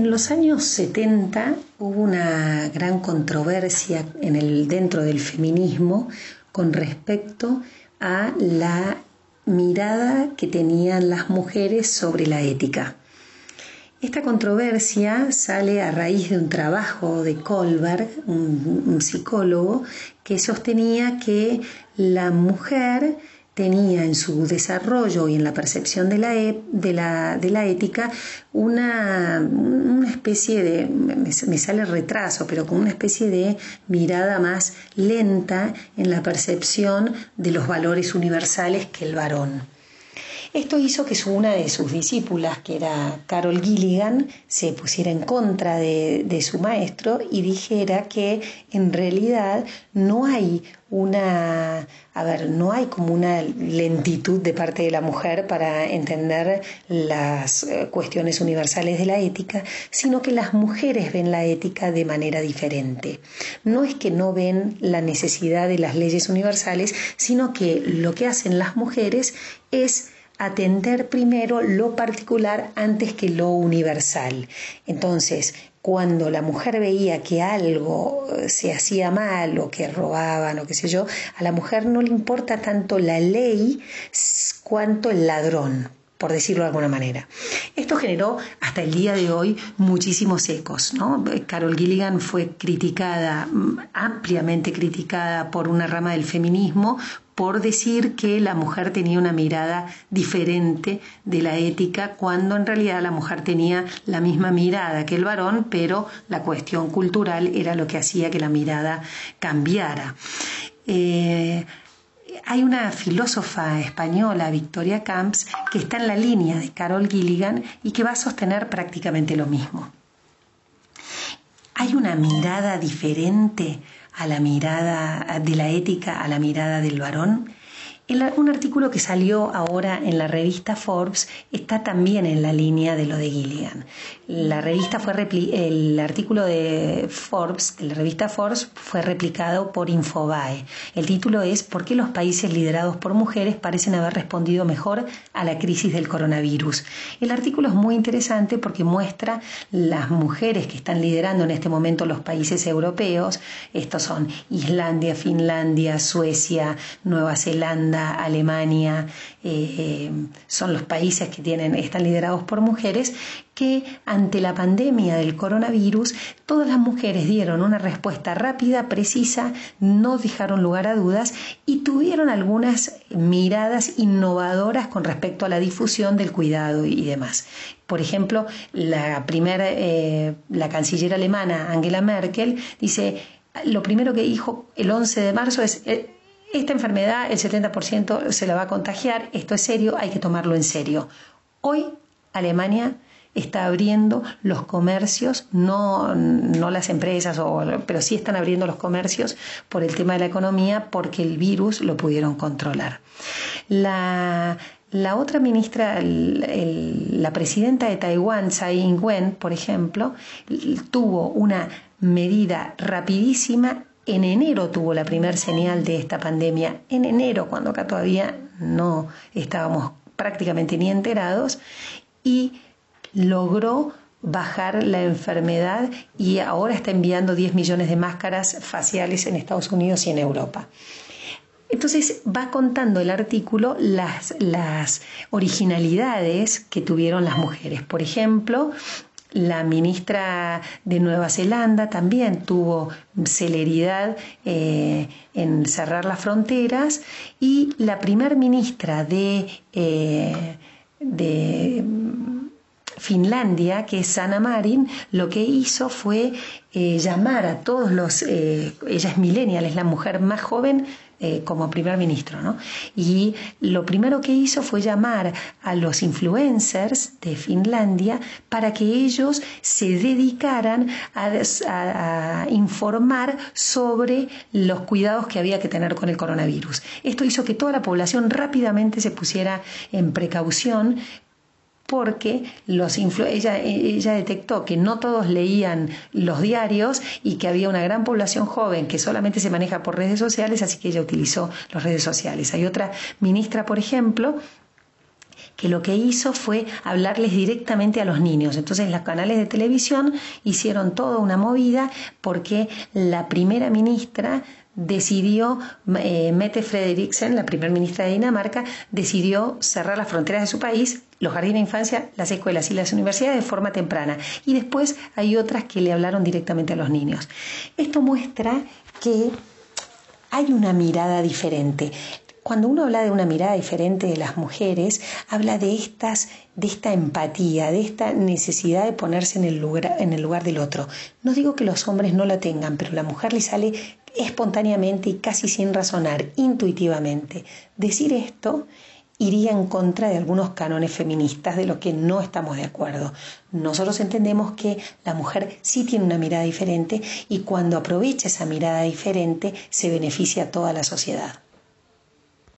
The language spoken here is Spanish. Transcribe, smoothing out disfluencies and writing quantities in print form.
En los años 70 hubo una gran controversia dentro del feminismo con respecto a la mirada que tenían las mujeres sobre la ética. Esta controversia sale a raíz de un trabajo de Kohlberg, un psicólogo, que sostenía que la mujer tenía en su desarrollo y en la percepción de la ética una especie de, me sale retraso, pero con una especie de mirada más lenta en la percepción de los valores universales que el varón. Esto hizo que una de sus discípulas, que era Carol Gilligan, se pusiera en contra de su maestro y dijera que en realidad no hay como una lentitud de parte de la mujer para entender las cuestiones universales de la ética, sino que las mujeres ven la ética de manera diferente. No es que no ven la necesidad de las leyes universales, sino que lo que hacen las mujeres es atender primero lo particular antes que lo universal. Entonces, cuando la mujer veía que algo se hacía mal o que robaban o qué sé yo, a la mujer no le importa tanto la ley cuanto el ladrón, por decirlo de alguna manera. Esto generó hasta el día de hoy muchísimos ecos, ¿no? Carol Gilligan fue ampliamente criticada por una rama del feminismo por decir que la mujer tenía una mirada diferente de la ética, cuando en realidad la mujer tenía la misma mirada que el varón, pero la cuestión cultural era lo que hacía que la mirada cambiara. Hay una filósofa española, Victoria Camps, que está en la línea de Carol Gilligan y que va a sostener prácticamente lo mismo. Hay una mirada diferente a la mirada de la ética, a la mirada del varón. Un artículo que salió ahora en la revista Forbes está también en la línea de lo de Gilligan. El artículo de la revista Forbes, fue replicado por Infobae. El título es ¿Por qué los países liderados por mujeres parecen haber respondido mejor a la crisis del coronavirus? El artículo es muy interesante porque muestra las mujeres que están liderando en este momento los países europeos. Estos son Islandia, Finlandia, Suecia, Nueva Zelanda, Alemania, son los países que están liderados por mujeres, que ante la pandemia del coronavirus todas las mujeres dieron una respuesta rápida, precisa, no dejaron lugar a dudas y tuvieron algunas miradas innovadoras con respecto a la difusión del cuidado y demás. Por ejemplo, la canciller alemana Angela Merkel dice, lo primero que dijo el 11 de marzo es: esta enfermedad el 70% se la va a contagiar, esto es serio, hay que tomarlo en serio. Hoy Alemania está abriendo los comercios, no las empresas, pero sí están abriendo los comercios por el tema de la economía, porque el virus lo pudieron controlar. La otra ministra, la presidenta de Taiwán, Tsai Ing-wen, por ejemplo, tuvo una medida rapidísima. En enero tuvo la primera señal de esta pandemia, en enero, cuando acá todavía no estábamos prácticamente ni enterados, y logró bajar la enfermedad y ahora está enviando 10 millones de máscaras faciales en Estados Unidos y en Europa. Entonces va contando el artículo las originalidades que tuvieron las mujeres. Por ejemplo, la ministra de Nueva Zelanda también tuvo celeridad en cerrar las fronteras, y la primer ministra de Finlandia, que es Sanna Marin, lo que hizo fue llamar a todos ella es millennial, es la mujer más joven como primer ministro, ¿no? Y lo primero que hizo fue llamar a los influencers de Finlandia para que ellos se dedicaran a informar sobre los cuidados que había que tener con el coronavirus. Esto hizo que toda la población rápidamente se pusiera en precaución, porque ella detectó que no todos leían los diarios y que había una gran población joven que solamente se maneja por redes sociales, así que ella utilizó las redes sociales. Hay otra ministra, por ejemplo, que lo que hizo fue hablarles directamente a los niños. Entonces los canales de televisión hicieron toda una movida porque la primera ministra decidió, Mette Frederiksen, la primera ministra de Dinamarca, decidió cerrar las fronteras de su país, los jardines de infancia, las escuelas y las universidades de forma temprana. Y después hay otras que le hablaron directamente a los niños. Esto muestra que hay una mirada diferente. Cuando uno habla de una mirada diferente de las mujeres, habla de esta empatía, de esta necesidad de ponerse en el lugar del otro. No digo que los hombres no la tengan, pero a la mujer le sale espontáneamente y casi sin razonar, intuitivamente. Decir esto iría en contra de algunos cánones feministas de los que no estamos de acuerdo. Nosotros entendemos que la mujer sí tiene una mirada diferente y cuando aprovecha esa mirada diferente se beneficia a toda la sociedad.